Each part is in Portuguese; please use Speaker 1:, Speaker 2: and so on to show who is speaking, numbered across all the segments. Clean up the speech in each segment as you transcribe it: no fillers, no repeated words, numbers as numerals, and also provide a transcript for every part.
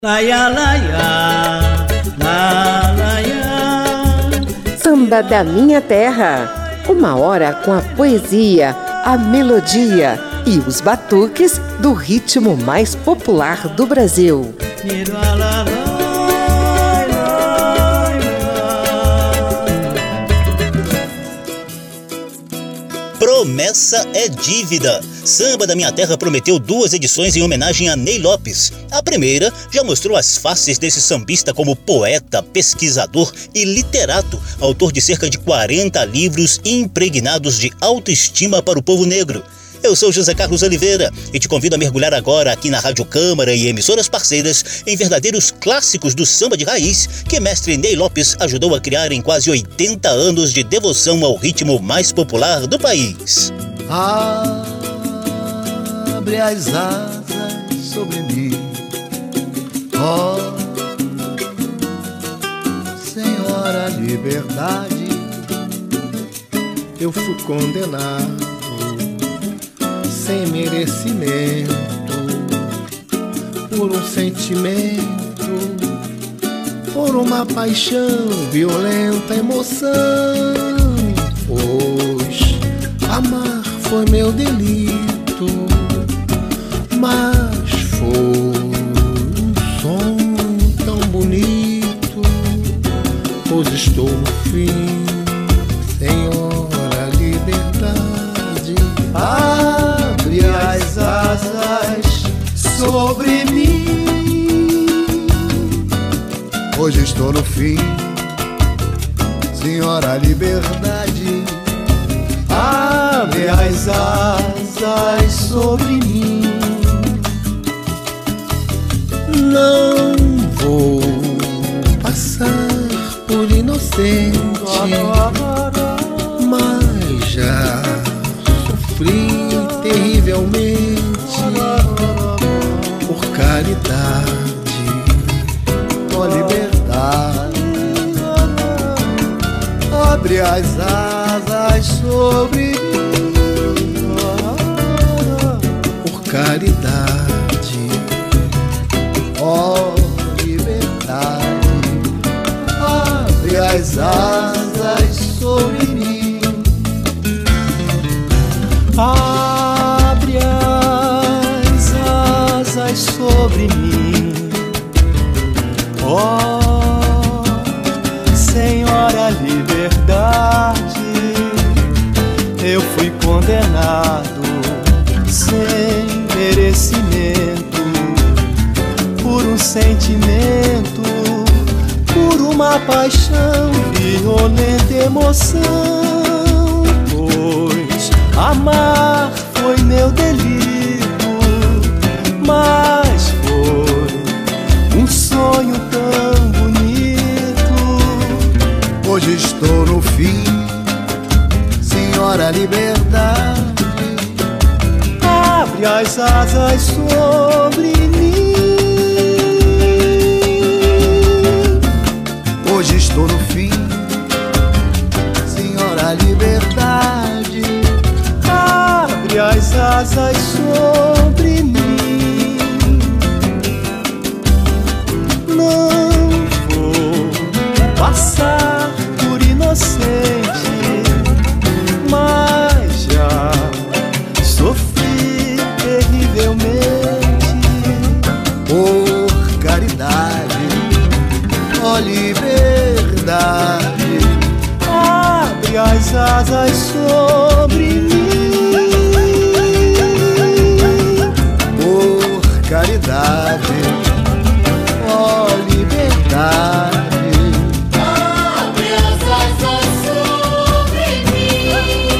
Speaker 1: Laia, laia, la, laia.
Speaker 2: Samba da Minha Terra. Uma hora com a poesia, a melodia e os batuques do ritmo mais popular do Brasil.
Speaker 3: Promessa é dívida. Samba da Minha Terra prometeu 2 edições em homenagem a Ney Lopes. A primeira já mostrou as faces desse sambista como poeta, pesquisador e literato, autor de cerca de 40 livros impregnados de autoestima para o povo negro. Eu sou José Carlos Oliveira e te convido a mergulhar agora aqui na Rádio Câmara e emissoras parceiras em verdadeiros clássicos do samba de raiz que mestre Ney Lopes ajudou a criar em quase 80 anos de devoção ao ritmo mais popular do país.
Speaker 4: Abre as asas sobre mim, ó Senhora Liberdade. Eu fui condenado sem merecimento por um sentimento, por uma paixão, violenta emoção. Pois amar foi meu delito, mas foi um sonho tão bonito. Pois estou no fim, Senhora Liberdade. Abre as asas sobre mim. Hoje estou no fim, Senhora Liberdade. Abre as asas sobre mim. Não vou passar por inocente, mas já sofri terrivelmente por caridade, ó liberdade. Abre as asas sobre mim, por caridade, ó liberdade. Abre as asas sobre mim. Abre as asas sobre mim, ó Senhora Liberdade. Eu fui condenado sem merecimento por um sentimento, por uma paixão, violenta emoção. Pois amar foi meu delito, mas foi um sonho tão bonito. Hoje estou no fim, Senhora Liberdade. Abre as asas sobre mim. Hoje estou no fim, Senhora Liberdade. Abre as asas sobre mim. Não vou passar por inocente, mas já sofri terrivelmente por caridade, ó liberdade. Abre as asas sobre mim, por caridade, ó liberdade. Abre as asas sobre mim.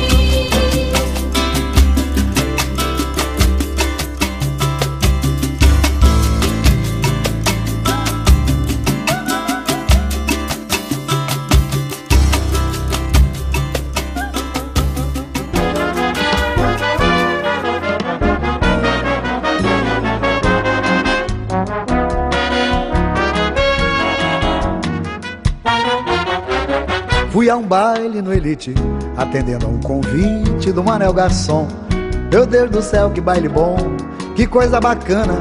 Speaker 4: Fui a um baile no Elite, atendendo a um convite do Manel Garçom. Meu Deus do céu, que baile bom, que coisa bacana.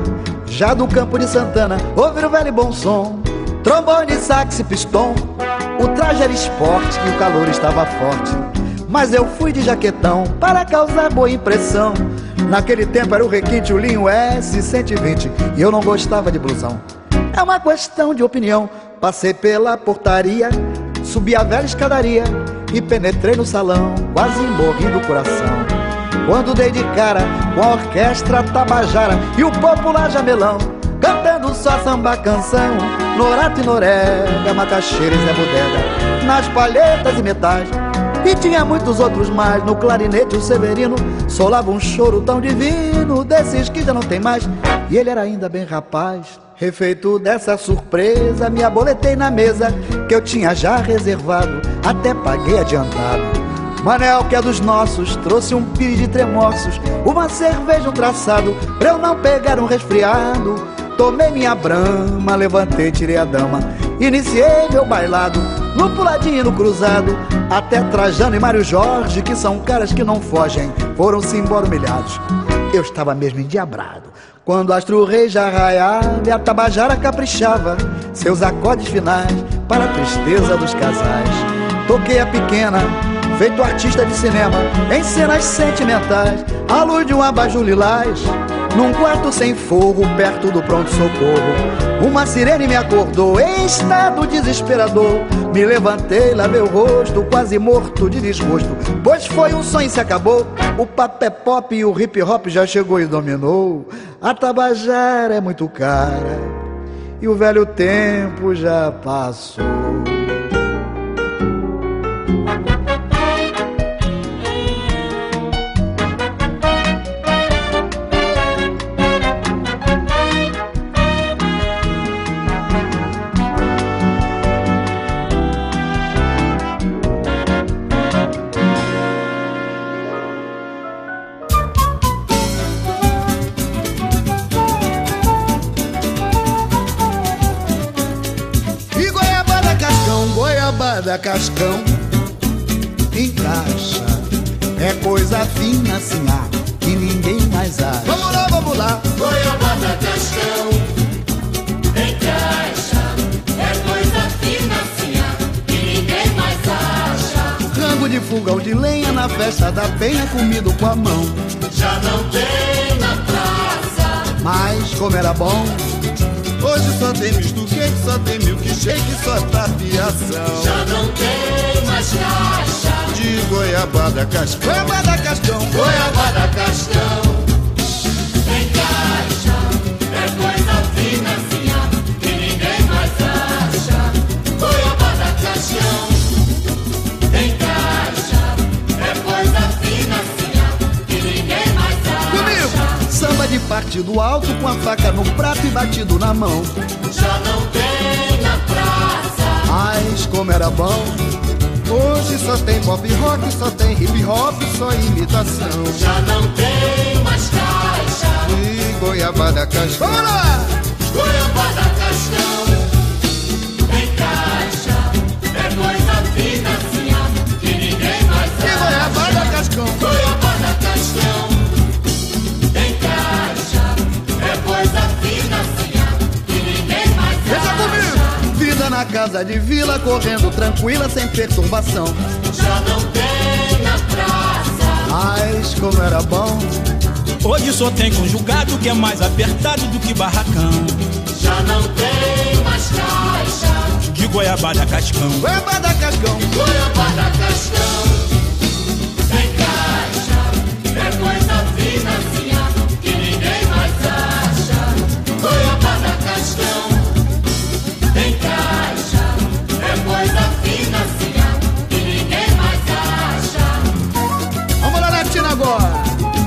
Speaker 4: Já do Campo de Santana, ouvir o velho e bom som, trombone, sax e pistão. O traje era esporte e o calor estava forte, mas eu fui de jaquetão para causar boa impressão. Naquele tempo era o requinte, o linho S120, e eu não gostava de blusão. É uma questão de opinião. Passei pela portaria, subi a velha escadaria e penetrei no salão, quase morri do coração, quando dei de cara com a orquestra Tabajara e o popular Jamelão, cantando só samba canção, Norato e Norega, Macaxeira e Zé Bodega, nas palhetas e metais. E tinha muitos outros mais, no clarinete o Severino solava um choro tão divino, desses que já não tem mais. E ele era ainda bem rapaz. Refeito dessa surpresa, me aboletei na mesa que eu tinha já reservado, até paguei adiantado. Manel, que é dos nossos, trouxe um pires de tremorsos, uma cerveja, um traçado, pra eu não pegar um resfriado. Tomei minha brama, levantei, tirei a dama, iniciei meu bailado, no puladinho e no cruzado. Até Trajano e Mário Jorge, que são caras que não fogem, foram-se embora humilhados. Eu estava mesmo endiabrado, quando Astro Rei já raiava e a Tabajara caprichava seus acordes finais para a tristeza dos casais. Toquei a pequena, feito artista de cinema, em cenas sentimentais, à luz de um abajur lilás, num quarto sem forro, perto do pronto-socorro. Uma sirene me acordou em estado desesperador. Me levantei, lavei o rosto, quase morto de desgosto, pois foi um sonho e se acabou. O papé pop e o hip hop já chegou e dominou. A Tabajara é muito cara e o velho tempo já passou.
Speaker 5: Da Cascão encaixa, é coisa fina assim, que ninguém mais acha. Vamos lá, vamos lá.
Speaker 6: Goiabada Cascão encaixa, é coisa fina assim, que ninguém mais acha.
Speaker 5: Rango de fogão de lenha na festa da penha, comido com a mão,
Speaker 6: já não tem na praça.
Speaker 5: Mas como era bom, hoje só tem misto quente, só tem milkshake, só tapiação.
Speaker 6: Já não tem mais caixa
Speaker 5: de goiabada cascão. Goiabada cascão,
Speaker 6: goiabada cascão encaixa, é coisa fina assim, que ninguém mais acha. Goiabada cascão encaixa, é coisa fina assim, que ninguém mais acha.
Speaker 5: Comigo! Samba de partido alto, com a faca no prato e batido na mão.
Speaker 6: Já não tem na praça.
Speaker 5: Mas como era bom, hoje só tem pop rock, só tem hip hop, só imitação.
Speaker 6: Já não tem mais caixa
Speaker 5: e goiabada cascão.
Speaker 6: Vamos lá! Goiabada cascão encaixa, é coisa fina assim, que ninguém mais acha.
Speaker 5: E goiabada cascão,
Speaker 6: goiabada cascão encaixa, é coisa fina assim, que ninguém mais acha.
Speaker 5: Deixa comigo! Vida na casa de vila, correndo tranquila, sem perturbação.
Speaker 6: Já não tem na praça.
Speaker 5: Mas como era bom,
Speaker 1: hoje só tem conjugado, que é mais apertado do que barracão.
Speaker 6: Já não tem mais caixa
Speaker 1: de goiabada cascão.
Speaker 5: Goiabada cascão,
Speaker 6: goiabada cascão encaixa, é coisa fina assim, que ninguém mais acha. Goiabada cascão encaixa, é coisa fina assim, que ninguém mais acha.
Speaker 5: Vamos lá, Natina, agora.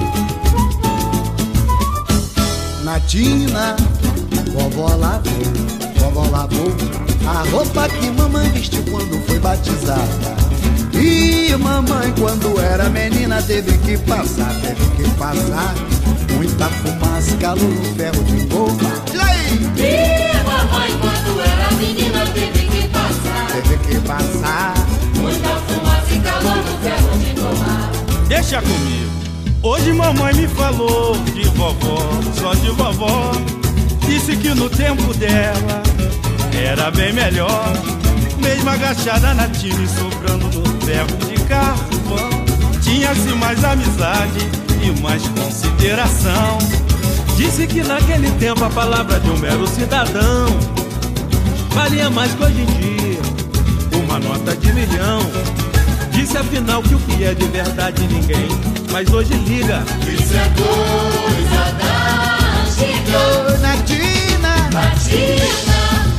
Speaker 5: Natina, vovó lavou a roupa que mamãe vestiu quando foi batizada. E mamãe, quando era menina, teve que passar muita fumaça, calor no ferro de goma. E aí?
Speaker 6: E mamãe, quando era menina, teve que passar muita fumaça e calor no ferro de goma.
Speaker 1: Deixa comigo. Hoje mamãe me falou de vovó, só de vovó. Disse que no tempo dela era bem melhor, mesmo agachada na tina e soprando no ferro de carvão. Tinha-se mais amizade e mais consideração. Disse que naquele tempo a palavra de um mero cidadão valia mais que hoje em dia uma nota de milhão. Disse afinal que o que é de verdade ninguém mas hoje liga.
Speaker 6: Isso é coisa da antiga. Natina,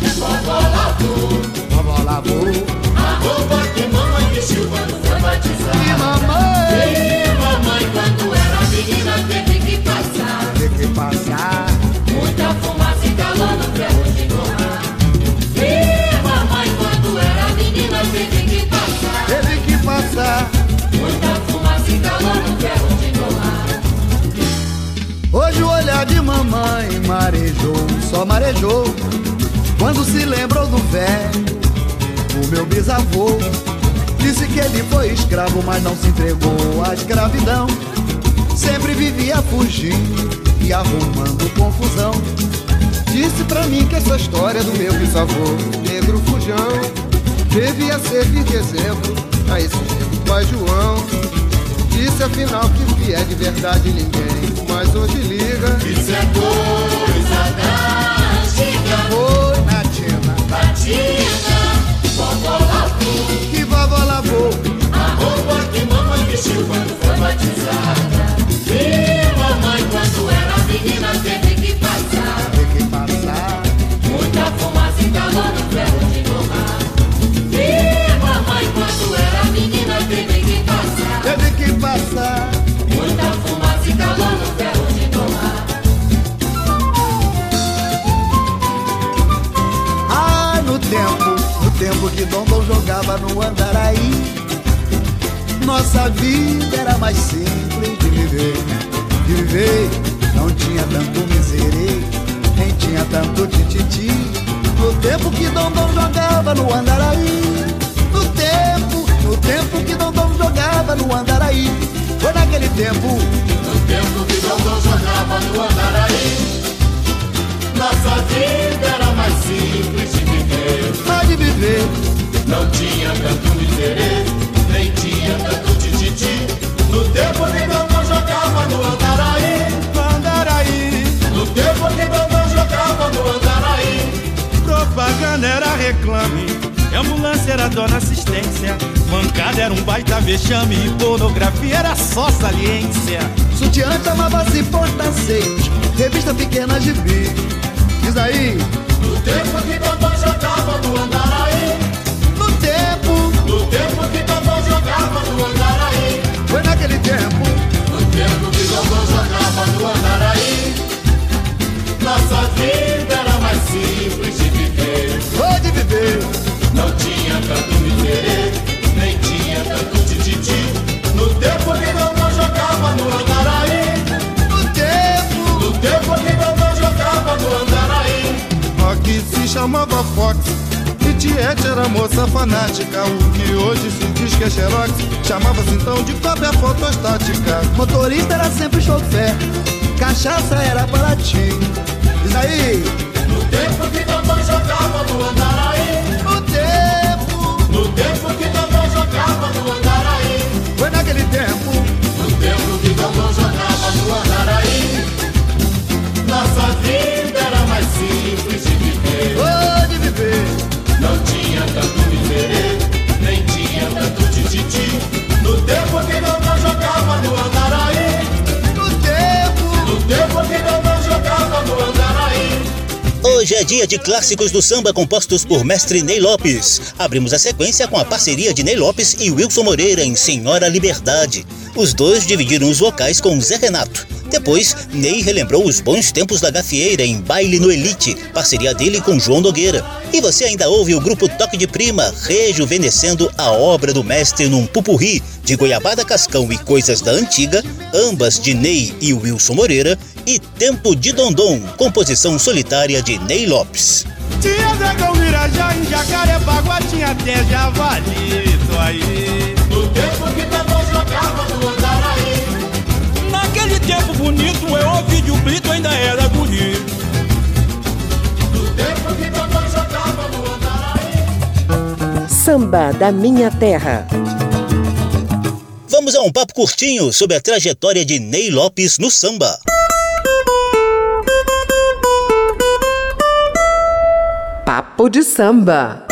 Speaker 6: vovó lavou a roupa que mamãe vestiu quando foi batizada.
Speaker 5: E
Speaker 6: mamãe quando era menina teve que passar muita fumaça e calor no ferro de torrar. E mamãe quando era menina teve que passar muita fumaça e calor no ferro de torrar.
Speaker 5: Hoje o olhar de mamãe marejou, só marejou, quando se lembrou do velho, o meu bisavô. Disse que ele foi escravo, mas não se entregou à escravidão. Sempre vivia fugindo e arrumando confusão. Disse pra mim que essa história do meu bisavô, negro fujão, devia servir de exemplo a esse tempo pai João. Disse afinal que o que é de verdade ninguém mas hoje liga.
Speaker 6: Isso é coisa da antiga.
Speaker 5: Oi, Natina,
Speaker 6: que
Speaker 5: vovó lavou
Speaker 6: a roupa que mamãe vestiu quando foi batizada. E mamãe quando era menina teve que passar muita fumaça e calor no ferro de torrar. E mamãe quando era menina teve que passar muita fumaça e calor no ferro de torrar.
Speaker 5: Ah, no tempo que Dom jogava no Andaraí, nossa vida era mais simples de viver. Não tinha tanto miserê, nem tinha tanto tititi. No tempo que Dom jogava no Andaraí, no tempo que Dom jogava no Andaraí, foi naquele tempo.
Speaker 6: No tempo que Dom jogava no Andaraí, nossa vida era mais simples de viver. Não tinha tanto miserê, nem tinha tanto tititi. No tempo que Dom jogava no Andaraí, no tempo que Dom jogava no Andaraí,
Speaker 1: propaganda era reclame, ambulância era dona assistência, bancada era um baita vexame e pornografia era só saliência.
Speaker 5: Sutiã chamava-se Porta-Seios, revista pequena gibi. Diz aí.
Speaker 6: No tempo que Dom jogava no Andaraí,
Speaker 5: no tempo
Speaker 6: que Dom jogava no Andaraí,
Speaker 5: foi naquele tempo.
Speaker 6: No tempo que Dom jogava no Andaraí, nossa vida era mais simples de viver.
Speaker 5: Não
Speaker 6: tinha tanto miserê, nem tinha tanto tititi. No tempo que Dom jogava no Andaraí, no tempo que Dom jogava no Andaraí,
Speaker 1: Rock se chamava Fox e Tiete era moça fanática. O que hoje se diz que é Xerox chamava-se então de cópia fotostática.
Speaker 5: Motorista era sempre chofer, cachaça era baratinho. Diz aí.
Speaker 6: No tempo que Dom jogava no Andaraí, no tempo que Dom jogava no Andaraí,
Speaker 5: foi naquele tempo.
Speaker 6: No tempo que Dom jogava no Andaraí, nossa vida era mais simples de viver. Não tinha tanto miserê, nem tinha tanto tititi. No tempo que Dom jogava no Andaraí, no tempo que Dom jogava no Andaraí.
Speaker 3: Hoje é dia de clássicos do samba compostos por mestre Ney Lopes. Abrimos a sequência com a parceria de Ney Lopes e Wilson Moreira em Senhora Liberdade. Os dois dividiram os vocais com Zé Renato. Depois, Ney relembrou os bons tempos da gafieira em Baile no Elite, parceria dele com João Nogueira. E você ainda ouve o grupo Toque de Prima rejuvenescendo a obra do mestre num pupurri de Goiabada Cascão e Coisas da Antiga, ambas de Ney e Wilson Moreira, e Tempo de Dondom, composição solitária de Ney Lopes.
Speaker 1: Tinha dragão, Irajá, em Jacarepaguá, tinha até javalito aí.
Speaker 6: No tempo que Dom jogava no Andaraí,
Speaker 1: naquele tempo bonito, eu ouvi de um grito, ainda era bonito.
Speaker 2: Samba da Minha Terra.
Speaker 3: Vamos a um papo curtinho sobre a trajetória de Ney Lopes no samba.
Speaker 2: Papo de samba.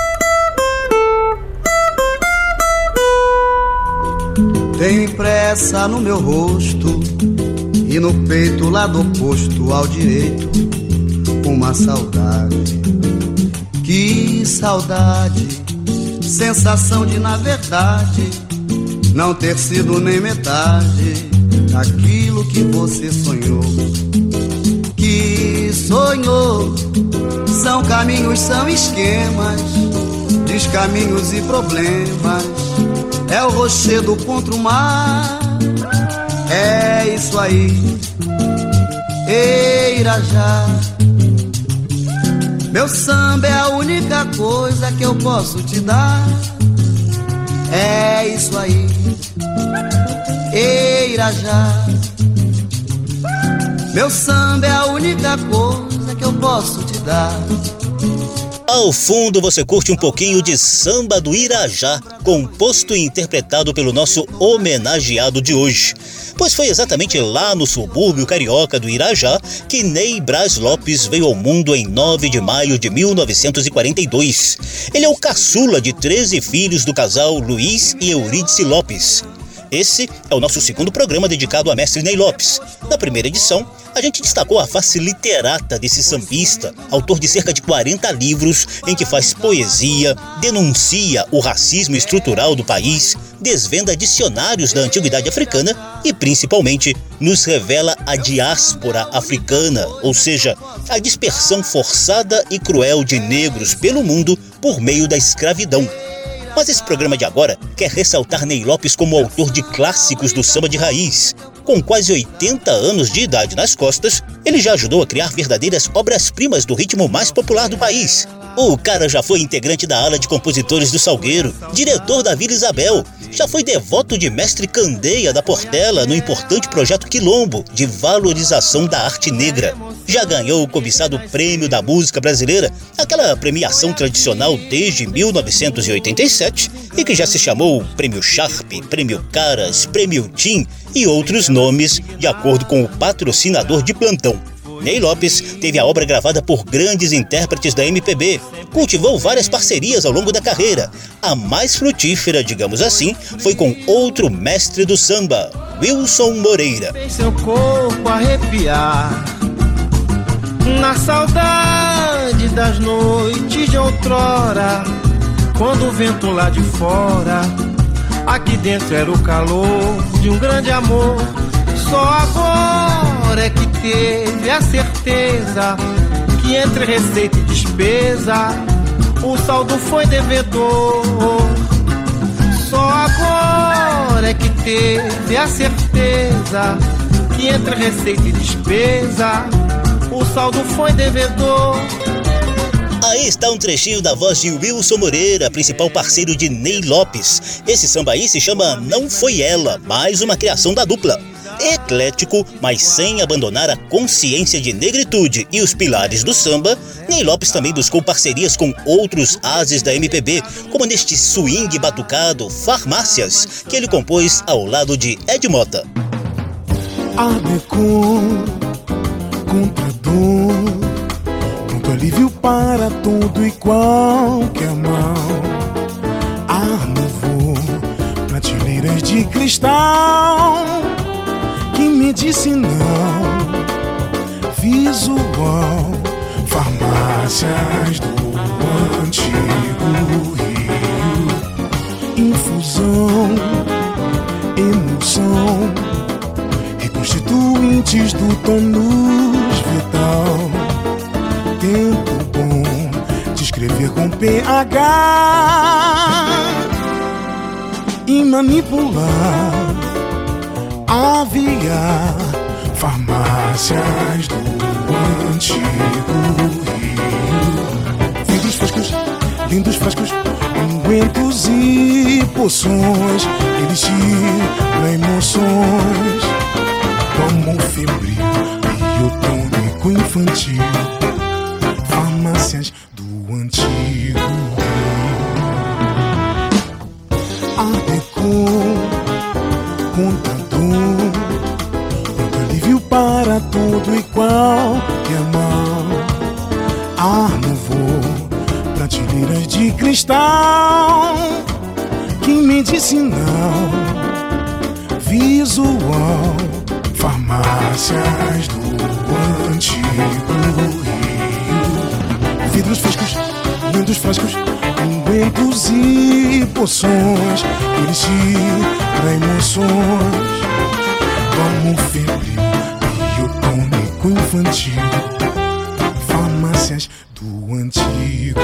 Speaker 5: Tenho impressa no meu rosto e no peito lado oposto ao direito uma saudade. Que saudade, sensação de na verdade não ter sido nem metade daquilo que você sonhou. Que sonhou, são caminhos, são esquemas, descaminhos e problemas. É o rochedo contra o mar, é isso aí, Irajá. Meu samba é a única coisa que eu posso te dar, é isso aí, Irajá. Meu samba é a única coisa que eu posso te dar.
Speaker 3: Ao fundo você curte um pouquinho de Samba do Irajá, composto e interpretado pelo nosso homenageado de hoje. Pois foi exatamente lá no subúrbio carioca do Irajá que Ney Braz Lopes veio ao mundo em 9 de maio de 1942. Ele é o caçula de 13 filhos do casal Luiz e Eurídice Lopes. Esse é o nosso segundo programa dedicado a mestre Ney Lopes. Na primeira edição, a gente destacou a face literata desse sambista, autor de cerca de 40 livros em que faz poesia, denuncia o racismo estrutural do país, desvenda dicionários da antiguidade africana e, principalmente, nos revela a diáspora africana, ou seja, a dispersão forçada e cruel de negros pelo mundo por meio da escravidão. Mas esse programa de agora quer ressaltar Ney Lopes como autor de clássicos do samba de raiz. Com quase 80 anos de idade nas costas, ele já ajudou a criar verdadeiras obras-primas do ritmo mais popular do país. O cara já foi integrante da ala de compositores do Salgueiro, diretor da Vila Isabel, já foi devoto de mestre Candeia da Portela no importante projeto Quilombo, de valorização da arte negra. Já ganhou o cobiçado Prêmio da Música Brasileira, aquela premiação tradicional desde 1987 e que já se chamou Prêmio Sharp, Prêmio Caras, Prêmio Tim e outros nomes de acordo com o patrocinador de plantão. Ney Lopes teve a obra gravada por grandes intérpretes da MPB, cultivou várias parcerias ao longo da carreira. A mais frutífera, digamos assim, foi com outro mestre do samba, Wilson Moreira.
Speaker 1: Fez seu corpo arrepiar na saudade das noites de outrora, quando o vento lá de fora, aqui dentro era o calor de um grande amor. Só agora é que teve a certeza que entre receita e despesa o saldo foi devedor. Só agora é que teve a certeza que entre receita e despesa o saldo foi devedor.
Speaker 3: Aí está um trechinho da voz de Wilson Moreira, principal parceiro de Ney Lopes. Esse samba aí se chama Não Foi Ela, mais uma criação da dupla. Eclético, mas sem abandonar a consciência de negritude e os pilares do samba, Ney Lopes também buscou parcerias com outros ases da MPB, como neste swing batucado Farmácias, que ele compôs ao lado de Ed Mota.
Speaker 7: Adecon, comprador, pronto alívio para todo e qualquer mal. Arnovou, prateleiras de cristal, que me disse não. Visual, farmácias do antigo Rio. Infusão, emoção, reconstituintes do tônus vital. Tempo bom de escrever com pH e manipular. Havia farmácias do antigo Rio. Vidros frescos, lindos frascos, ungüentos e poções, elixir pra emoções, como febril e tônico infantil. Farmácias do antigo Rio. contador, pronto alívio para todo e qualquer mal. Armo voo, prateleiras de cristal, que medicinal, visual, farmácias do antigo Rio, vidros frescos, lindos frascos, ungüentos e poções, elixir pra emoções, como febril, biotônico infantil, farmácias do antigo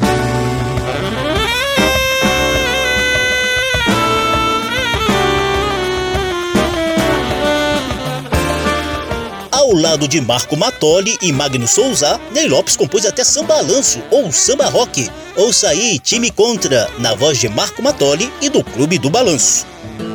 Speaker 3: Ao lado de Marco Matoli e Magno Souza, Ney Lopes compôs até samba balanço ou samba rock. Ouça aí Time Contra, na voz de Marco Matoli e do Clube do Balanço.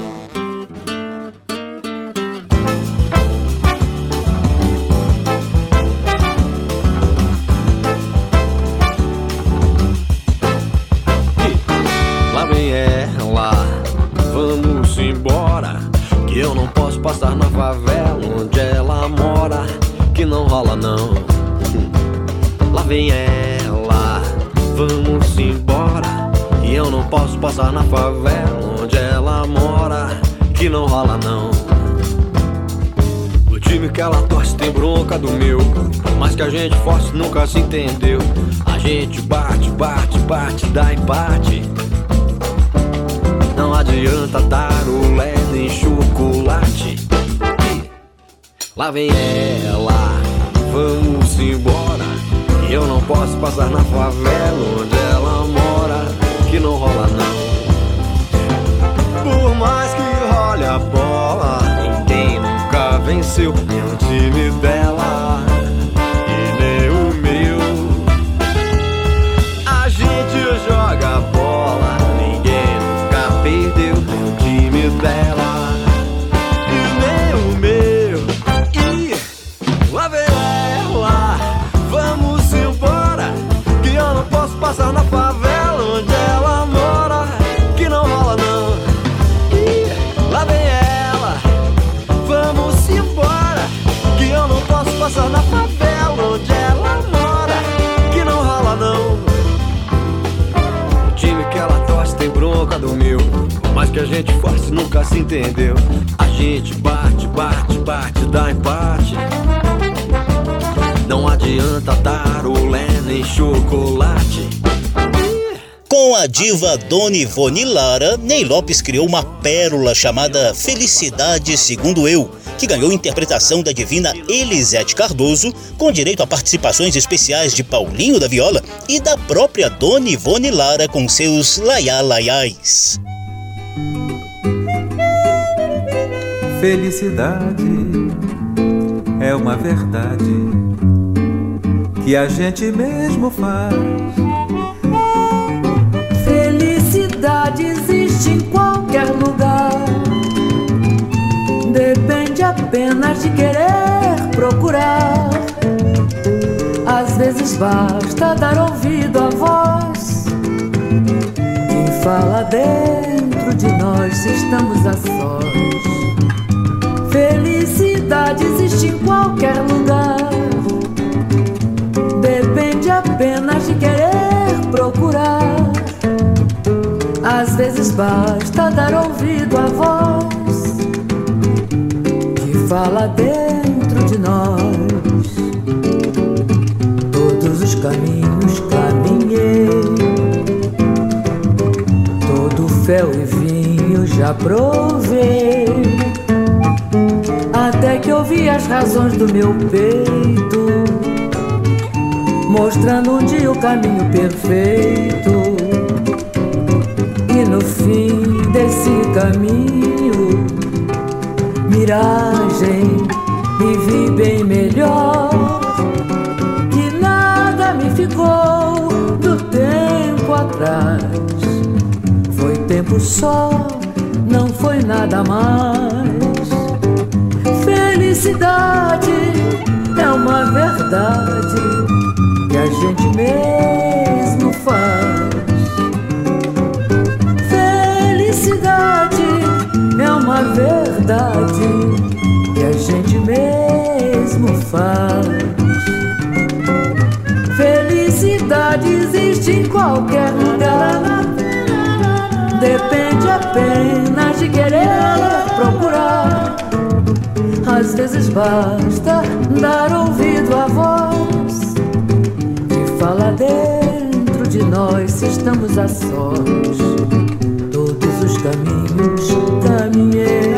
Speaker 8: Lá vem ela, vamos embora, que eu não posso passar na favela onde ela mora, que não rola não. Lá vem ela, vamos embora, e eu não posso passar na favela onde ela mora, que não rola não. O time que ela torce tem bronca do meu, mas que a gente força nunca se entendeu. A gente bate, bate, bate, dá empate. Não adianta dar o lé nem chocolate. Lá vem ela, vamos embora, e eu não posso passar na favela onde ela mora, que não rola não. Por mais que role a bola, ninguém nunca venceu, nem o time dela e nem o meu. A gente joga bola, ninguém nunca perdeu, nem o time dela e nem o meu. E lá vem ela, vamos embora, que eu não posso passar na favela onde ela mora, que não rola não. E lá vem ela, vamos embora, que eu não posso passar na favela onde ela mora, que não rola não. O time que ela torce tem bronca do meu, mas que a gente force nunca se entendeu. A gente bate, bate, bate, dá empate. Não adianta dar o lé nem chocolate.
Speaker 3: Com a diva Dona Ivone Lara, Ney Lopes criou uma pérola chamada Felicidade Segundo Eu, que ganhou interpretação da divina Elisete Cardoso, com direito a participações especiais de Paulinho da Viola e da própria Dona Ivone Lara com seus laiá laiás.
Speaker 9: Felicidade é uma verdade que a gente mesmo faz.
Speaker 10: Felicidade existe em qualquer lugar, depende apenas de querer procurar. Às vezes basta dar ouvido à voz que fala dentro de nós se estamos a sós. Felicidade existe em qualquer lugar, depende apenas de querer procurar. Às vezes basta dar ouvido à voz que fala dentro de nós. Todos os caminhos caminhei, todo fel e vinho já provei, até que ouvi as razões do meu peito, mostrando um dia o caminho perfeito. E no fim desse caminho, miragem, me vi bem melhor, que nada me ficou do tempo atrás. Foi tempo só, não foi nada mais. Felicidade é uma verdade que a gente mesmo faz. Felicidade é uma verdade existe em qualquer lugar. Depende apenas de querer procurar. Às vezes basta dar ouvido à voz que fala dentro de nós se estamos a sós. Todos os caminhos caminhei,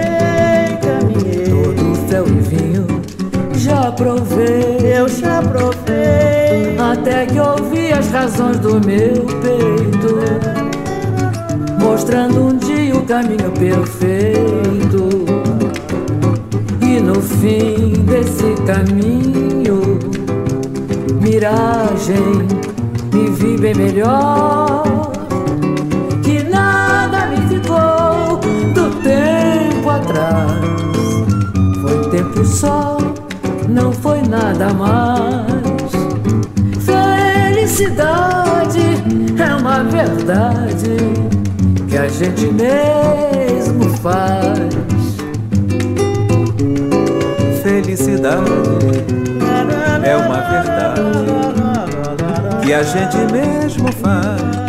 Speaker 10: todo fel e vinho já provei.
Speaker 11: Eu já provei,
Speaker 10: até que ouvi as razões do meu peito, mostrando um dia o caminho perfeito. E no fim desse caminho, miragem, me vi bem melhor. Que nada me ficou do tempo atrás. Foi tempo só, não foi nada mais. Felicidade é uma verdade que a gente mesmo faz.
Speaker 9: Felicidade é uma verdade que a gente mesmo faz.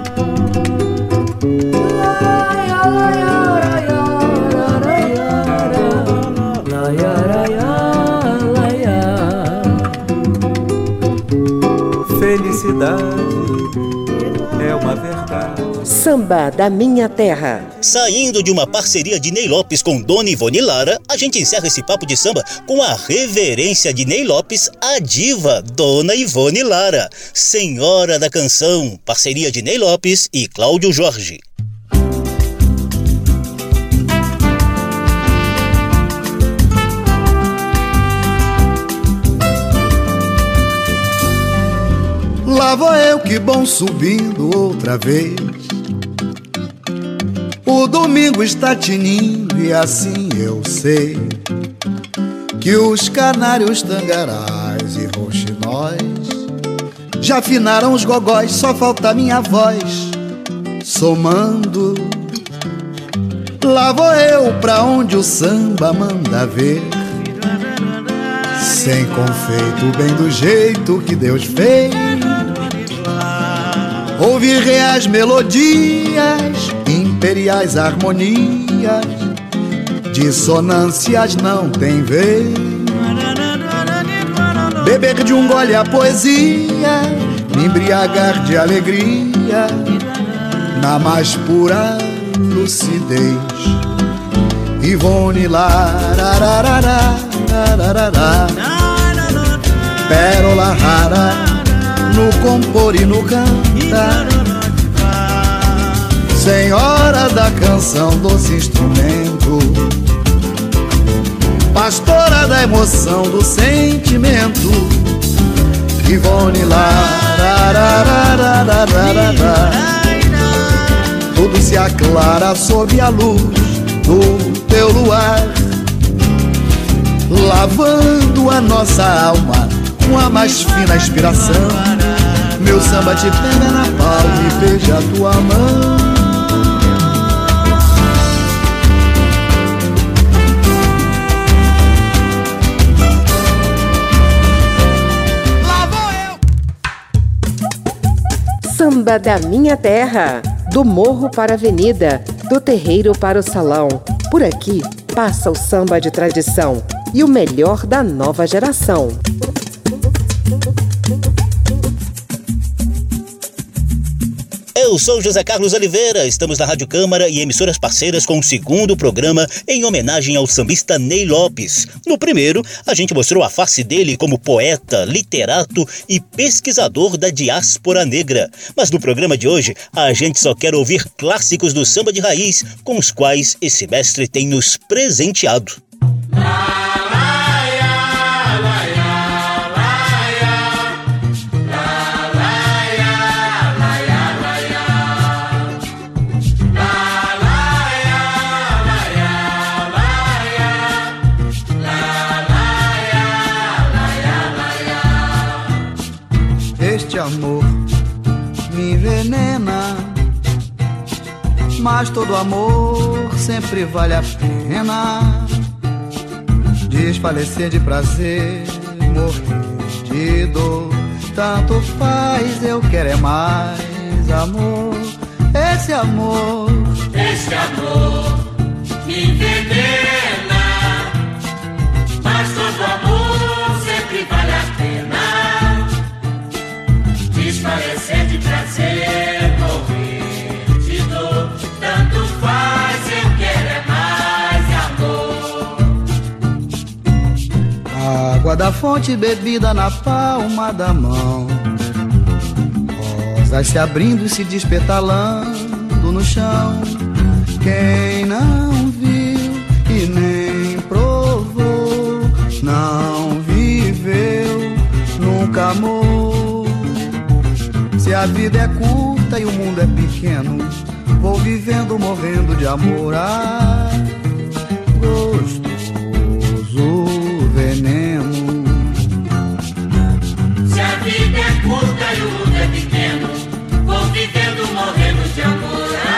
Speaker 9: Felicidade é uma verdade.
Speaker 2: Samba da Minha Terra.
Speaker 3: Saindo de uma parceria de Ney Lopes com Dona Ivone Lara, a gente encerra esse papo de samba com a reverência de Ney Lopes à diva Dona Ivone Lara, Senhora da Canção, parceria de Ney Lopes e Cláudio Jorge.
Speaker 5: Lá vou eu, que bom, subindo outra vez. O domingo está tinindo e assim eu sei que os canários, tangarás e rouxinóis já afinaram os gogóis, só falta minha voz somando. Lá vou eu pra onde o samba manda ver, sem confeito, bem do jeito que Deus fez. Ouvir reais melodias, imperiais harmonias, dissonâncias não tem vez. Beber de um gole a poesia, me embriagar de alegria, na mais pura lucidez. Ivone Lara, pérola rara no compor e no cantar, senhora da canção, doce instrumento, pastora da emoção, do sentimento. Ivone Lara, tudo se aclara sob a luz do teu luar, lavando a nossa alma com a mais fina inspiração. Meu samba te pega na palma e beija a tua mão.
Speaker 2: Lá vou eu! Samba da Minha Terra. Do morro para a avenida, do terreiro para o salão. Por aqui passa o samba de tradição e o melhor da nova geração.
Speaker 3: Eu sou José Carlos Oliveira, estamos na Rádio Câmara e emissoras parceiras com o segundo programa em homenagem ao sambista Ney Lopes. No primeiro, a gente mostrou a face dele como poeta, literato e pesquisador da diáspora negra. Mas no programa de hoje, a gente só quer ouvir clássicos do samba de raiz com os quais esse mestre tem nos presenteado.
Speaker 5: Este amor me envenena, mas todo amor sempre vale a pena. Desfalecer de prazer, morrer de dor, tanto faz, eu quero é mais amor. Esse amor
Speaker 6: me envenena, mas todo amor sempre vale a pena. Desfalecer de prazer, morrer de dor, tanto faz, eu quero é mais amor.
Speaker 5: Água da fonte bebida na palma da mão, rosas se abrindo e se despetalando no chão. Quem não viu e nem provou, não viveu, nunca amou. Se a vida é curta e o mundo é pequeno, vou vivendo, morrendo de amor. Ah, gostoso veneno.
Speaker 6: Se a vida é curta e o mundo é pequeno, vou vivendo, morrendo de amor.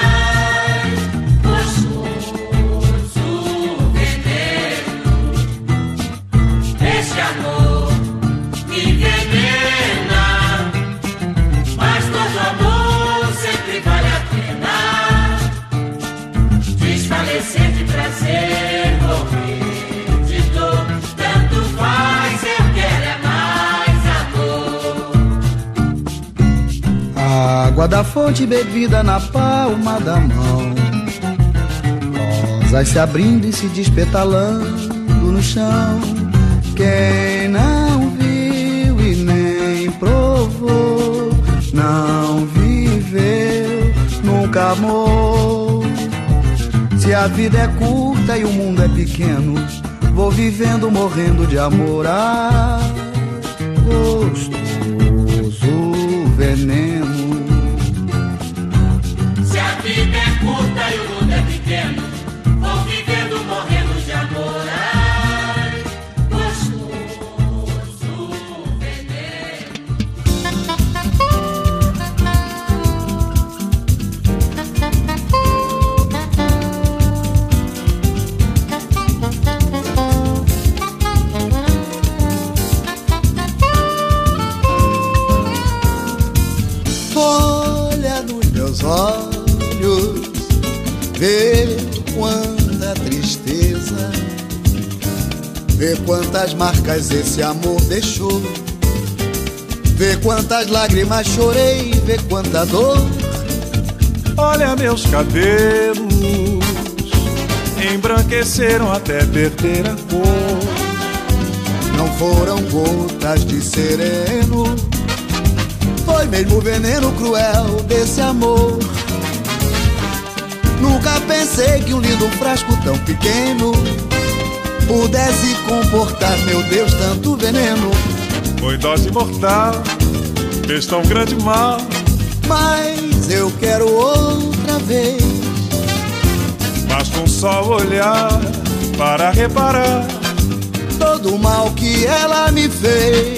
Speaker 5: Água da fonte bebida na palma da mão, rosas se abrindo e se despetalando no chão. Quem não viu e nem provou, não viveu, nunca amou. Se a vida é curta e o mundo é pequeno, vou vivendo, morrendo de amor. Ah, gostoso veneno.
Speaker 6: Se a vida é curta e o mundo é pequeno, vou vivendo, morrendo de amor. Ai, gostoso veneno.
Speaker 5: Olha nos meus olhos, vê quanta tristeza, vê quantas marcas esse amor deixou, vê quantas lágrimas chorei, vê quanta dor.
Speaker 9: Olha meus cabelos, embranqueceram até perder a cor.
Speaker 5: Não foram gotas de sereno, foi mesmo o veneno cruel desse amor. Nunca pensei que um lindo frasco tão pequeno pudesse comportar, meu Deus, tanto veneno.
Speaker 9: Foi dose mortal, fez tão grande mal.
Speaker 5: Mas eu quero outra vez.
Speaker 9: Basta um só olhar para reparar
Speaker 5: todo o mal que ela me fez.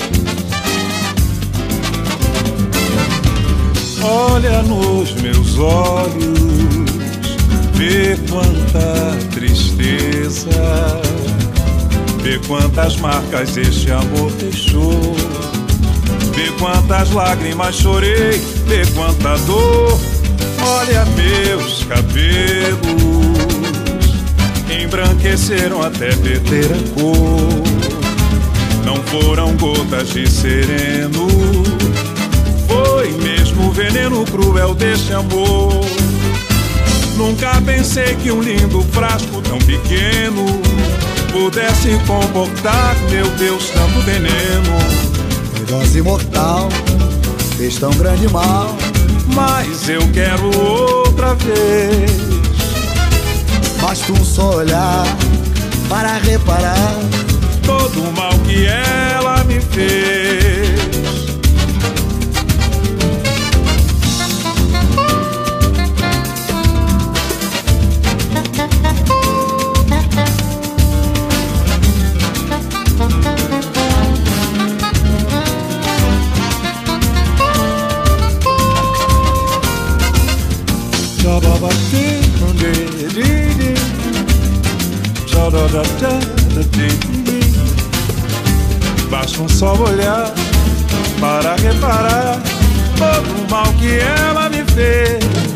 Speaker 9: Olha nos meus olhos, vê quanta tristeza, vê quantas marcas este amor deixou, vê quantas lágrimas chorei, vê quanta dor. Olha meus cabelos, embranqueceram até perder a cor. Não foram gotas de sereno, foi mesmo o veneno cruel deste amor. Nunca pensei que um lindo frasco tão pequeno pudesse comportar, meu Deus, tanto veneno.
Speaker 5: Foi dose mortal, fez tão grande mal.
Speaker 9: Mas eu quero outra vez.
Speaker 5: Basta um só olhar para reparar
Speaker 9: todo o mal que ela me fez. Basta um só olhar para reparar todo o mal que ela me fez.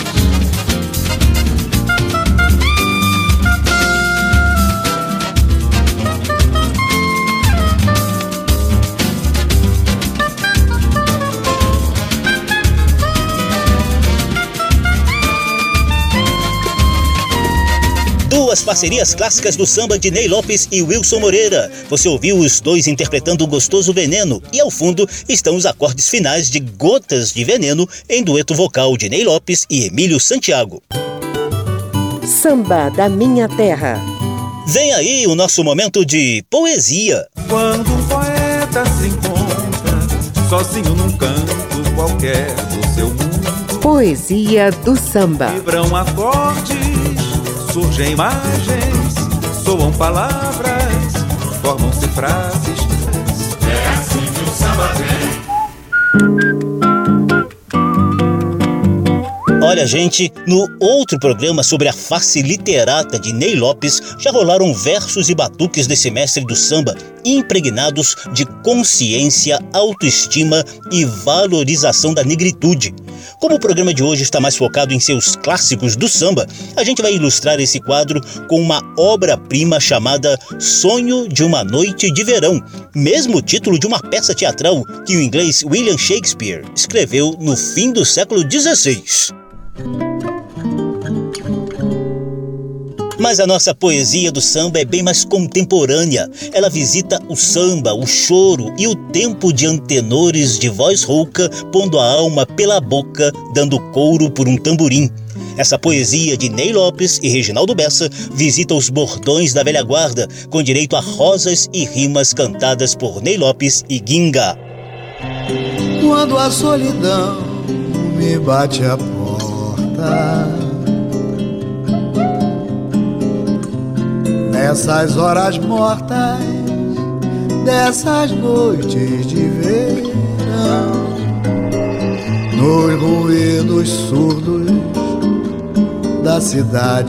Speaker 3: Duas parcerias clássicas do samba de Ney Lopes e Wilson Moreira. Você ouviu os dois interpretando o gostoso Veneno e ao fundo estão os acordes finais de Gotas de Veneno em dueto vocal de Ney Lopes e Emílio Santiago.
Speaker 2: Samba da Minha Terra.
Speaker 3: Vem aí o nosso momento de poesia.
Speaker 9: Quando um poeta se encontra sozinho num canto qualquer do seu mundo,
Speaker 2: poesia do samba.
Speaker 9: Vibram acordes, surgem imagens, soam palavras, formam-se frases. É assim que o samba vem.
Speaker 3: Olha, gente, no outro programa sobre a face literata de Ney Lopes, já rolaram versos e batuques desse mestre do samba, impregnados de consciência, autoestima e valorização da negritude. Como o programa de hoje está mais focado em seus clássicos do samba, a gente vai ilustrar esse quadro com uma obra-prima chamada Sonho de uma Noite de Verão, mesmo título de uma peça teatral que o inglês William Shakespeare escreveu no fim do século XVI. Mas a nossa poesia do samba é bem mais contemporânea. Ela visita o samba, o choro e o tempo de antenores de voz rouca, pondo a alma pela boca, dando couro por um tamborim. Essa poesia de Ney Lopes e Reginaldo Bessa visita os bordões da velha guarda, com direito a rosas e rimas cantadas por Ney Lopes e Ginga.
Speaker 5: Quando a solidão me bate a porta, nessas horas mortas, dessas noites de verão, nos ruídos surdos da cidade,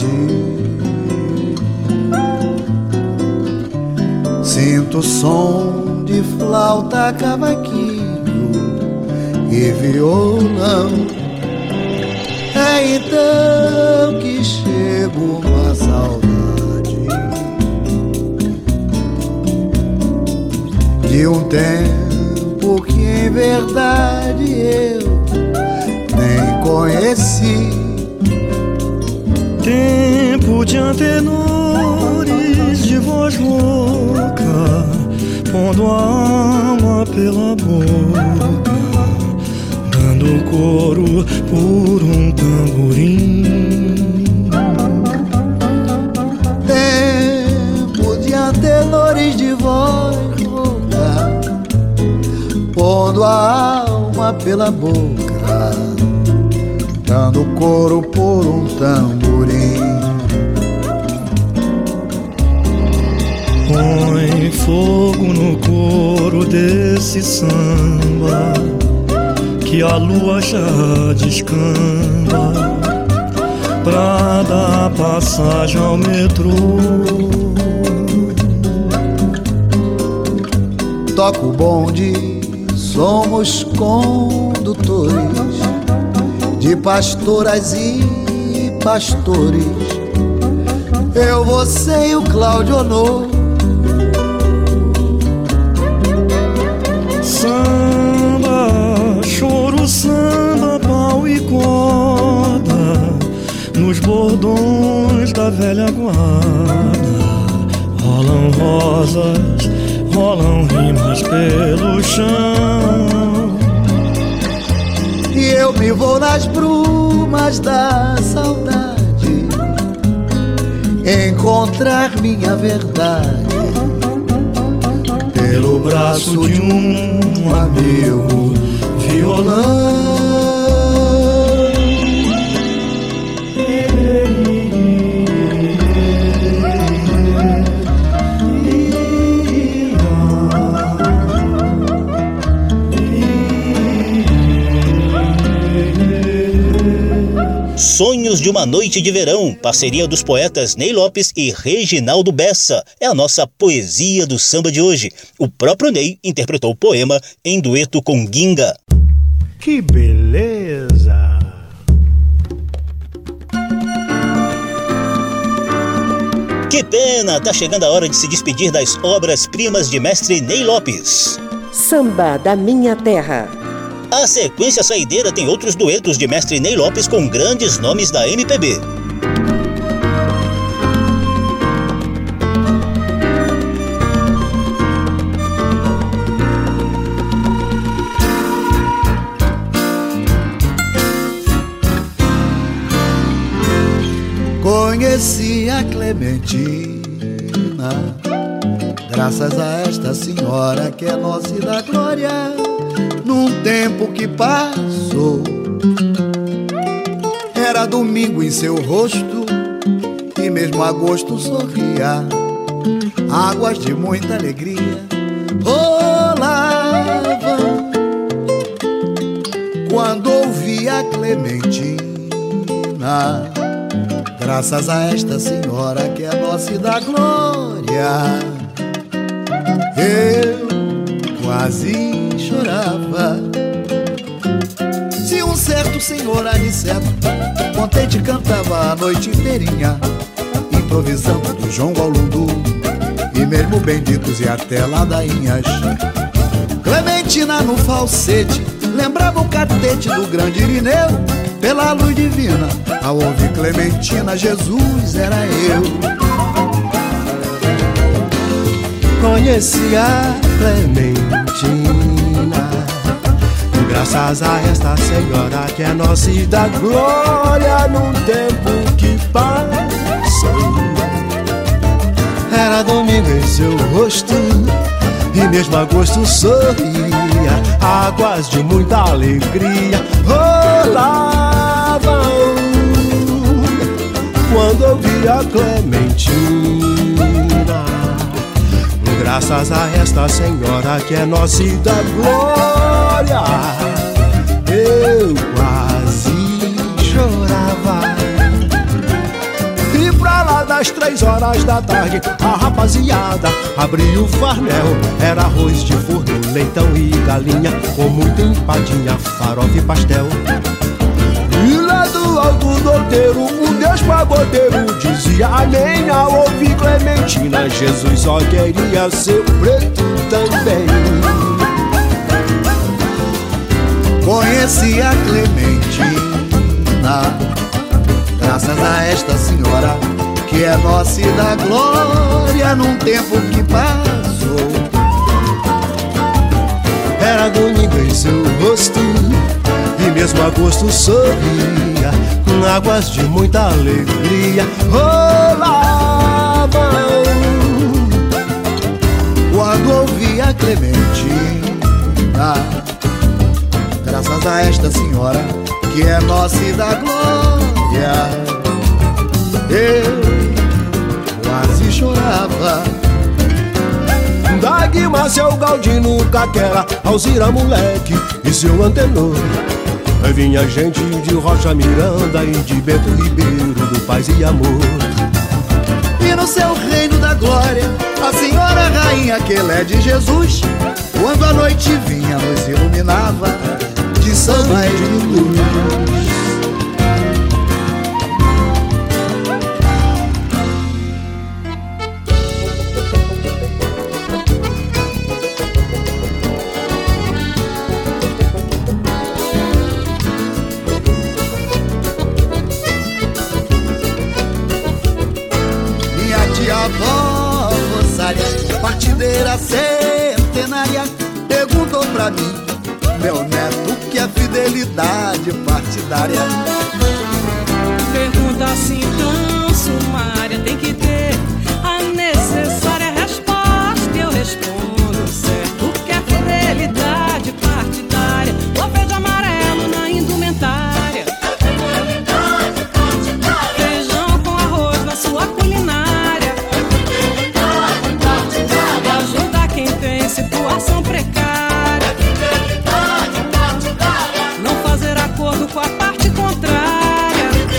Speaker 5: sinto o som de flauta, cavaquinho e violão. É então que chega uma saudade de um tempo que em verdade eu nem conheci.
Speaker 12: Tempo de antenores de voz rouca, pondo a alma pela boca, dando coro por um tamborim.
Speaker 5: Tempo de antenores de voz rouca, pondo a alma pela boca, dando coro por um tamborim.
Speaker 12: Põe fogo no coro desse samba, que a lua já descamba, pra dar passagem ao metrô.
Speaker 5: Toca o bonde, somos condutores de pastoras e pastores. Eu, você e o Cláudio Honor.
Speaker 12: Samba, choro, samba, pau e corda, nos bordões da velha guarda, rolam rosas, rolam rimas pelo chão.
Speaker 5: E eu me vou nas brumas da saudade, encontrar minha verdade pelo braço de um amigo violão.
Speaker 3: Sonhos de uma Noite de Verão, parceria dos poetas Ney Lopes e Reginaldo Bessa. É a nossa poesia do samba de hoje. O próprio Ney interpretou o poema em dueto com Ginga.
Speaker 13: Que beleza!
Speaker 3: Que pena, tá chegando a hora de se despedir das obras-primas de mestre Ney Lopes.
Speaker 2: Samba da Minha Terra.
Speaker 3: A sequência saideira tem outros duetos de mestre Ney Lopes com grandes nomes da MPB.
Speaker 5: Conheci a Clementina, graças a esta senhora que é nossa e da glória. Num tempo que passou, era domingo em seu rosto, e mesmo agosto sorria. Águas de muita alegria rolavam quando ouvi a Clementina, graças a esta senhora que é nossa e da glória. Eu quase chorava. Se um certo senhor aniceto contente cantava a noite inteirinha, improvisando do João Golundu e mesmo benditos e até ladainhas. Clementina no falsete lembrava o catete do grande Irineu. Pela luz divina, ao ouvir Clementina, Jesus era eu.
Speaker 13: Conheci a Clementina, graças a esta senhora que é nossa e da glória. Num tempo que passou, era domingo em seu rosto, e mesmo agosto sorria. Águas de muita alegria rolavam quando eu vi a Clementina, graças a esta senhora que é nossa e da glória. Eu quase chorava. E pra lá das 3 horas da tarde, a rapaziada abriu o farmel. Era arroz de forno, leitão e galinha, com muita empadinha, farofa e pastel. E lá do alto do outeiro, o Deus pagodeiro dizia amém ao ouvir Clementina. Jesus só queria ser preto também.
Speaker 5: Conheci a Clementina, graças a esta senhora que é nossa e da glória. Num tempo que passou,
Speaker 13: era domingo em seu rosto, e mesmo agosto sorria. Águas de muita alegria rolavam
Speaker 5: quando ouvi a Clementina, graças a esta senhora que é nossa e da glória. Eu quase chorava.
Speaker 13: Da Guima, seu Galdino, Caquera, Alzira, moleque e seu Antenor. Vinha gente de Rocha Miranda e de Bento Ribeiro, do Paz e Amor.
Speaker 5: E no seu reino da glória, a senhora rainha que ela é de Jesus, quando a noite vinha nos iluminava de samba e de luz. Partideira centenária perguntou pra mim, meu neto, o que é fidelidade partidária?
Speaker 14: Pergunta assim tão sumária, tem que ter a necessária resposta. Eu respondo certo, o que é fidelidade partidária? O verde amarelo na indumentária, feijão com arroz na sua culinária, situação precária, não fazer acordo com a parte contrária.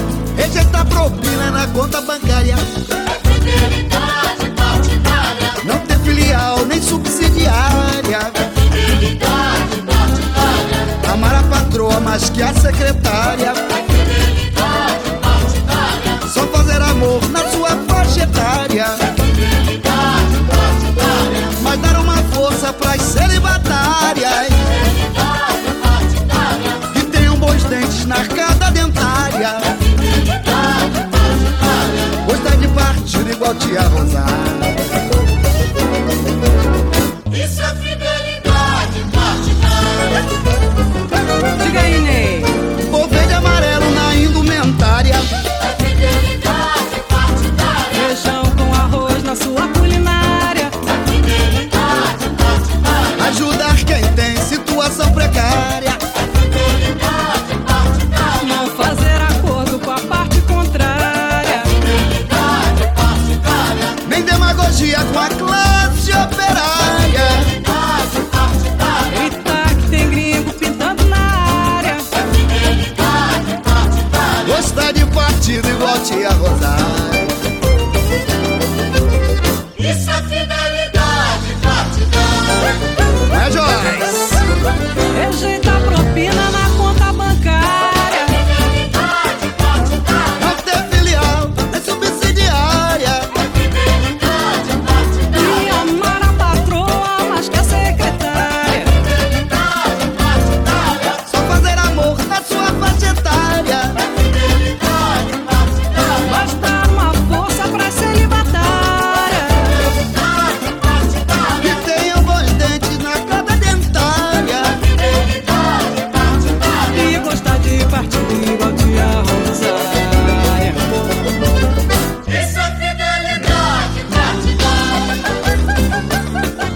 Speaker 5: rejeita a propina na conta bancária.
Speaker 6: É fidelidade partidária.
Speaker 5: Não ter filial nem subsidiária.
Speaker 6: É fidelidade partidária.
Speaker 5: Amar a patroa mais que a secretária.
Speaker 6: É fidelidade partidária.
Speaker 5: Só fazer amor na sua faixa etária.
Speaker 6: É fidelidade partidária.
Speaker 5: Mas dar uma força pras celibatárias.
Speaker 6: É fidelidade partidária.
Speaker 5: Que tenham bons dentes na arcada dentária.
Speaker 6: É fidelidade partidária.
Speaker 5: Gostar de partido igual tia Rosária.
Speaker 6: Isso é fidelidade partidária.
Speaker 14: Diga aí, Ney.
Speaker 5: Vou verde e amarelo na indumentária.
Speaker 6: É fidelidade partidária.
Speaker 14: Feijão com arroz na sua culinária.
Speaker 6: É fidelidade partidária.
Speaker 5: Ajudar quem tem situação precária.
Speaker 6: É fidelidade partidária.
Speaker 14: Não fazer acordo com a parte contrária.
Speaker 6: É fidelidade partidária.
Speaker 5: Nem demagogia com a classe operária.
Speaker 6: Fidelidade partidária.
Speaker 14: Eita, que tem gringo pintando na área.
Speaker 6: É fidelidade partidária.
Speaker 5: Gostar de partido igual tia Rosária.
Speaker 6: Isso é fidelidade partidária.
Speaker 5: É, Joyce?
Speaker 14: Rejeita a propina na conta bancária.
Speaker 6: Fidelidade partidária.
Speaker 5: Não ter filial nem subsidiária.
Speaker 6: Fidelidade partidária.
Speaker 14: E amar a patroa mais que a secretária.
Speaker 6: Fidelidade partidária.
Speaker 5: Só fazer amor na sua faixa etária.
Speaker 6: Fidelidade partidária.
Speaker 14: Basta uma força pra celibatária.
Speaker 6: Fidelidade partidária.
Speaker 5: Que tenham bons dentes na arcada dentária.
Speaker 6: Fidelidade partidária.
Speaker 14: E gostar de partido igual tia Rosária.
Speaker 6: Isso é fidelidade partidária.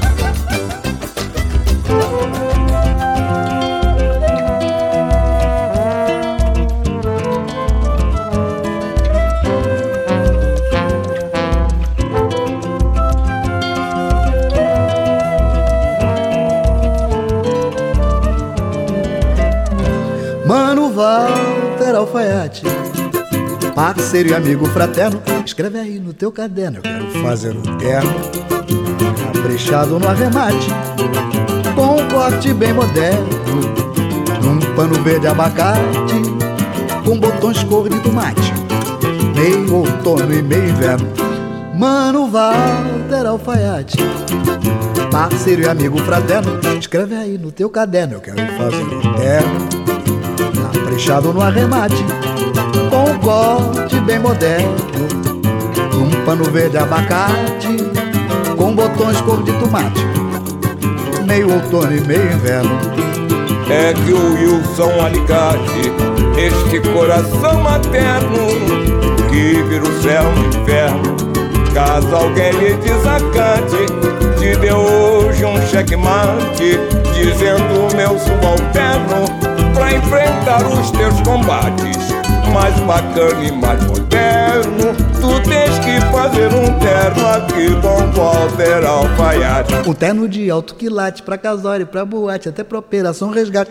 Speaker 5: Mano Walter Alfaiate, parceiro e amigo fraterno, escreve aí no teu caderno. Eu quero fazer um terno caprichado no arremate, com um corte bem moderno, num pano verde abacate, com botões cor de tomate, meio outono e meio inverno. Mano Walter Alfaiate, parceiro e amigo fraterno, escreve aí no teu caderno. Eu quero fazer um terno caprichado no arremate, com um corte bem moderno, um pano verde abacate, com botões cor de tomate, meio outono e meio inverno.
Speaker 15: É que o Wilson Alicate, este coração materno, que vira o céu no inferno, caso alguém lhe desacate, te deu hoje um checkmate, dizendo meu subalterno, pra enfrentar os teus combates, mais bacana e mais moderno, tu tens que fazer um terno aqui, Dom Walter Alfaiate.
Speaker 5: Um terno de alto quilate, pra casório, pra boate, até pra operação resgate.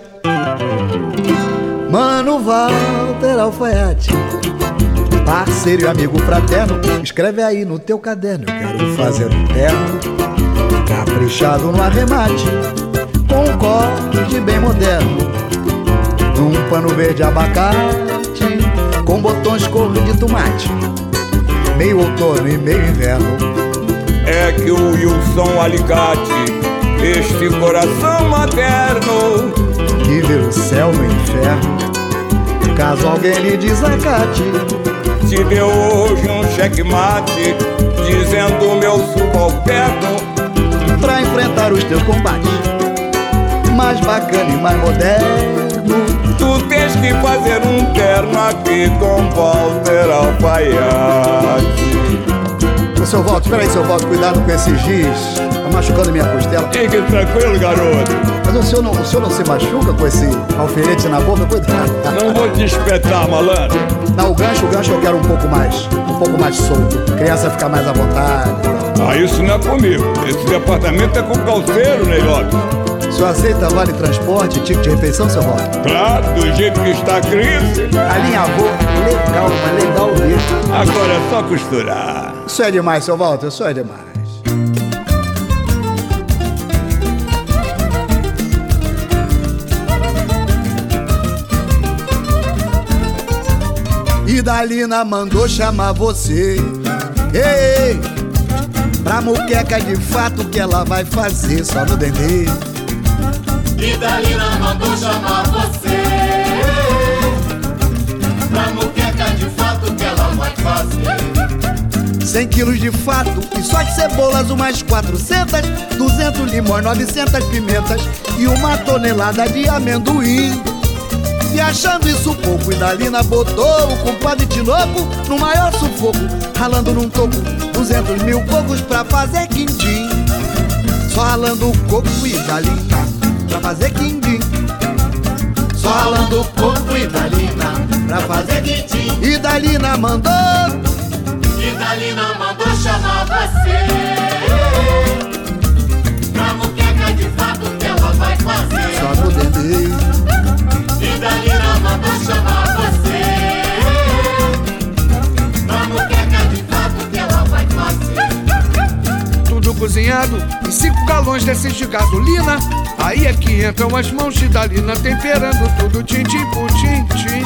Speaker 5: Mano Walter Alfaiate, parceiro e amigo fraterno, escreve aí no teu caderno. Eu quero fazer um terno caprichado no arremate, com um corte bem moderno, num pano verde abacate, com botões cor de tomate, meio outono e meio inverno.
Speaker 15: É que o Wilson Alicate, este coração materno,
Speaker 5: que vira o céu no inferno, caso alguém lhe desacate,
Speaker 15: te deu hoje um checkmate, dizendo meu subalterno,
Speaker 5: pra enfrentar os teus combates, mais bacana e mais moderno,
Speaker 15: tu tens que fazer um terno aqui com Walter Alfaiate.
Speaker 5: Ô, seu Walter, espera aí, seu Walter, cuidado com esse giz, tá machucando minha costela.
Speaker 15: Fique tranquilo, garoto.
Speaker 5: Mas o senhor não se machuca com esse alfinete na boca? Cuidado.
Speaker 15: Não vou te espetar, malandro.
Speaker 5: Não, o gancho eu quero um pouco mais solto. A criança fica mais à vontade.
Speaker 15: Ah, isso não é comigo. Esse departamento é com o calceiro, Ney Lopes.
Speaker 4: O senhor aceita vale transporte, tipo de refeição, seu Walter?
Speaker 15: Claro, do jeito que está a crise.
Speaker 4: Alinhavou, legal, mas legal mesmo.
Speaker 15: Agora é só costurar.
Speaker 4: Isso é demais, seu Walter, isso é demais. Idalina mandou chamar você, ei, pra muqueca de fato que ela vai fazer só no dendê.
Speaker 6: Idalina mandou chamar você, pra muqueca de fato que ela vai fazer.
Speaker 4: 100 quilos de fato e só de cebolas umas 400, 200 limões, 900 pimentas e uma tonelada de amendoim. E achando isso pouco, Idalina botou o compadre Tinoco no maior sufoco, ralando num toco 200 mil cocos pra fazer quindim. Só ralando o coco, Idalina, pra fazer quindim. Só ralando o coco, Idalina, pra fazer quindim. Idalina mandou
Speaker 6: chamar você, pra muqueca de fato que ela vai fazer
Speaker 4: só no dendê.
Speaker 6: Idalina mandou chamar você, pra muqueca de fato que ela vai fazer.
Speaker 16: Tudo cozinhado em 5 galões desses de gasolina. Aí é que entram as mãos de Idalina, temperando tudo tintim por tintim.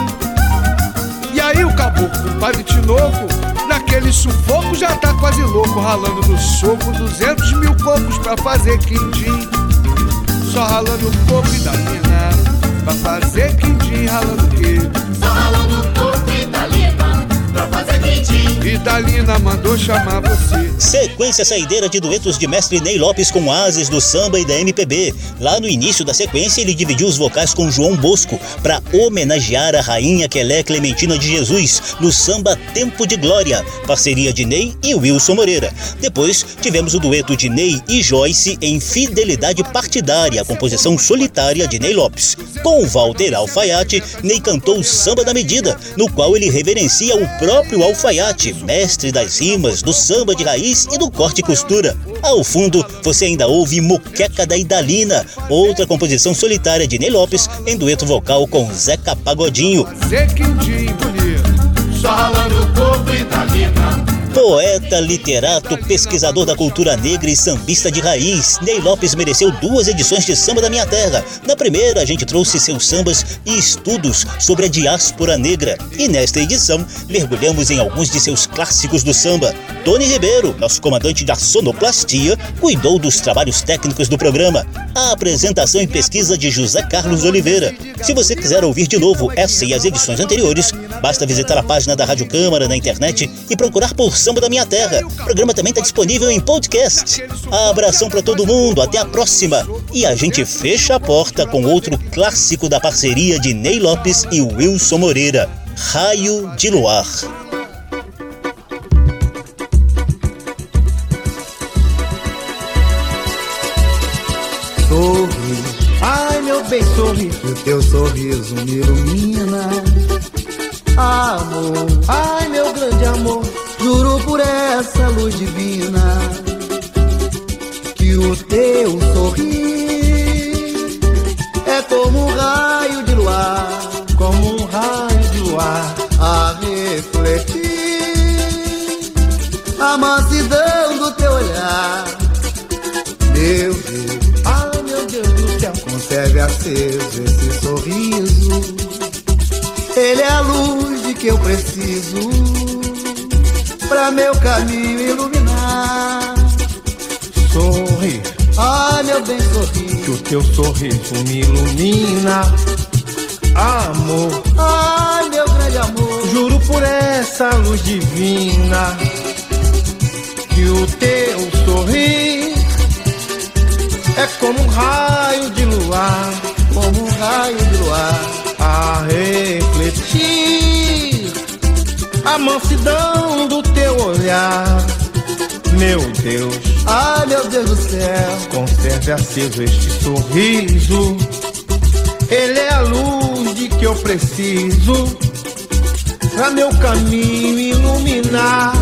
Speaker 16: E aí o caboclo, o padre Tinoco, naquele sufoco já tá quase louco, ralando no soco 200 mil cocos pra fazer quindim. Só ralando o coco, Idalina, pra fazer quindim, ralando o quê?
Speaker 6: Só ralando o coco, Idalina, pra fazer quindim.
Speaker 16: Idalina mandou chamar você.
Speaker 3: Sequência saideira de duetos de mestre Ney Lopes com ases do samba e da MPB. Lá no início da sequência ele dividiu os vocais com João Bosco para homenagear a rainha Quelé Clementina de Jesus no samba Tempo de Glória, parceria de Ney e Wilson Moreira. Depois tivemos o dueto de Ney e Joyce em Fidelidade Partidária, a composição solitária de Ney Lopes. Com Walter Alfaiate, Ney cantou o Samba da Medida, no qual ele reverencia o próprio Alfaiate, mestre das rimas, do samba de raiz e do corte e costura. Ao fundo, você ainda ouve Muqueca da Idalina, outra composição solitária de Ney Lopes em dueto vocal com Zeca Pagodinho.
Speaker 16: Zequindim bonito,
Speaker 6: só ralando o coco, Idalina.
Speaker 3: Poeta, literato, pesquisador da cultura negra e sambista de raiz, Ney Lopes mereceu 2 edições de Samba da Minha Terra. Na primeira, a gente trouxe seus sambas e estudos sobre a diáspora negra. E nesta edição, mergulhamos em alguns de seus clássicos do samba. Tony Ribeiro, nosso comandante da sonoplastia, cuidou dos trabalhos técnicos do programa. A apresentação e pesquisa de José Carlos Oliveira. Se você quiser ouvir de novo essa e as edições anteriores, basta visitar a página da Rádio Câmara na internet e procurar por Samba da Minha Terra. O programa também está disponível em podcast. Abração para todo mundo, até a próxima. E a gente fecha a porta com outro clássico da parceria de Ney Lopes e Wilson Moreira, Raio de Luar.
Speaker 4: Sorri, ai meu bem, sorri, o teu sorriso me ilumina. Amor, ai meu grande amor, juro por essa luz divina, que o teu sorrir é como um raio de luar, como um raio de luar, a refletir a mansidão do teu olhar. Meu Deus, ai meu Deus do céu, conserve aceso esse sorriso, ele é a luz de que eu preciso pra meu caminho iluminar.
Speaker 17: Sorri,
Speaker 4: ai meu bem, sorri,
Speaker 17: que o teu sorriso me ilumina. Amor,
Speaker 4: ai meu grande amor,
Speaker 17: juro por essa luz divina, que o teu sorrir é como um raio de luar,
Speaker 4: como um raio de luar,
Speaker 17: a refletir a mansidão do teu olhar. Meu Deus,
Speaker 4: ai meu Deus do céu,
Speaker 17: conserve aceso este sorriso, ele é a luz de que eu preciso pra meu caminho iluminar.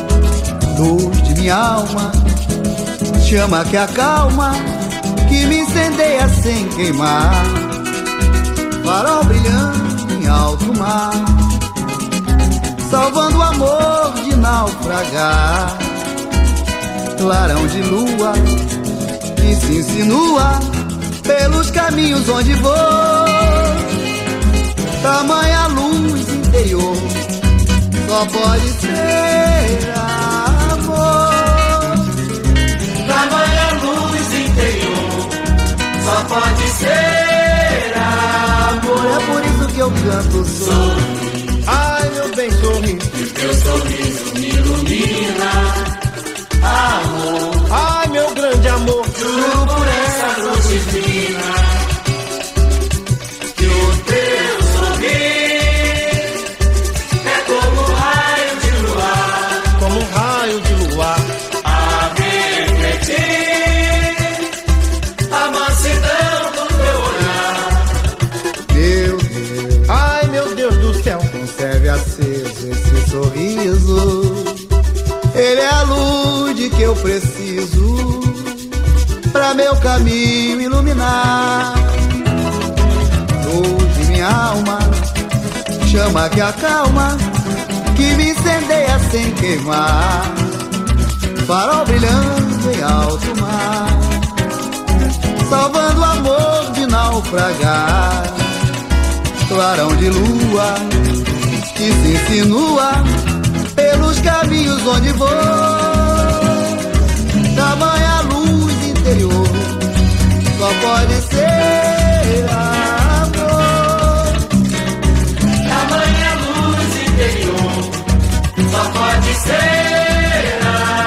Speaker 4: Luz de minha alma, chama que acalma, que me incendeia sem queimar, farol brilhando em alto mar, salvando o amor de naufragar. Clarão de lua que se insinua pelos caminhos onde vou, tamanha luz interior só pode ser amor.
Speaker 6: Tamanha luz interior só pode ser amor.
Speaker 4: É por isso que eu canto sorri.
Speaker 17: Ai meu bem, sorri,
Speaker 6: teu sorriso me ilumina. Amor,
Speaker 17: ai meu grande amor,
Speaker 6: juro por essa luz divina que o teu sorrir é como um raio de luar,
Speaker 17: como um raio de luar,
Speaker 6: a refletir a mansidão do teu olhar.
Speaker 4: Meu Deus,
Speaker 17: ai meu Deus do céu,
Speaker 4: conserve aceso esse sorriso. Ele é a luz de que eu preciso pra meu caminho iluminar. Luz de minha alma, chama que acalma, que me incendeia sem queimar. Farol brilhando em alto mar, salvando o amor de naufragar. Clarão de lua que se insinua pelos caminhos onde vou, tamanha luz interior só pode ser amor.
Speaker 6: Tamanha luz interior só pode ser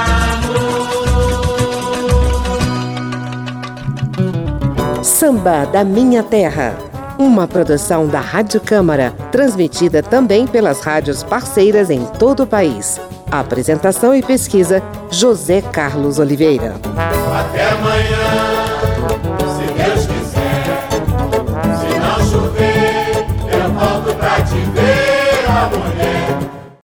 Speaker 2: amor. Samba da Minha Terra, uma produção da Rádio Câmara, transmitida também pelas rádios parceiras em todo o país. Apresentação e pesquisa, José Carlos Oliveira.
Speaker 6: Até amanhã.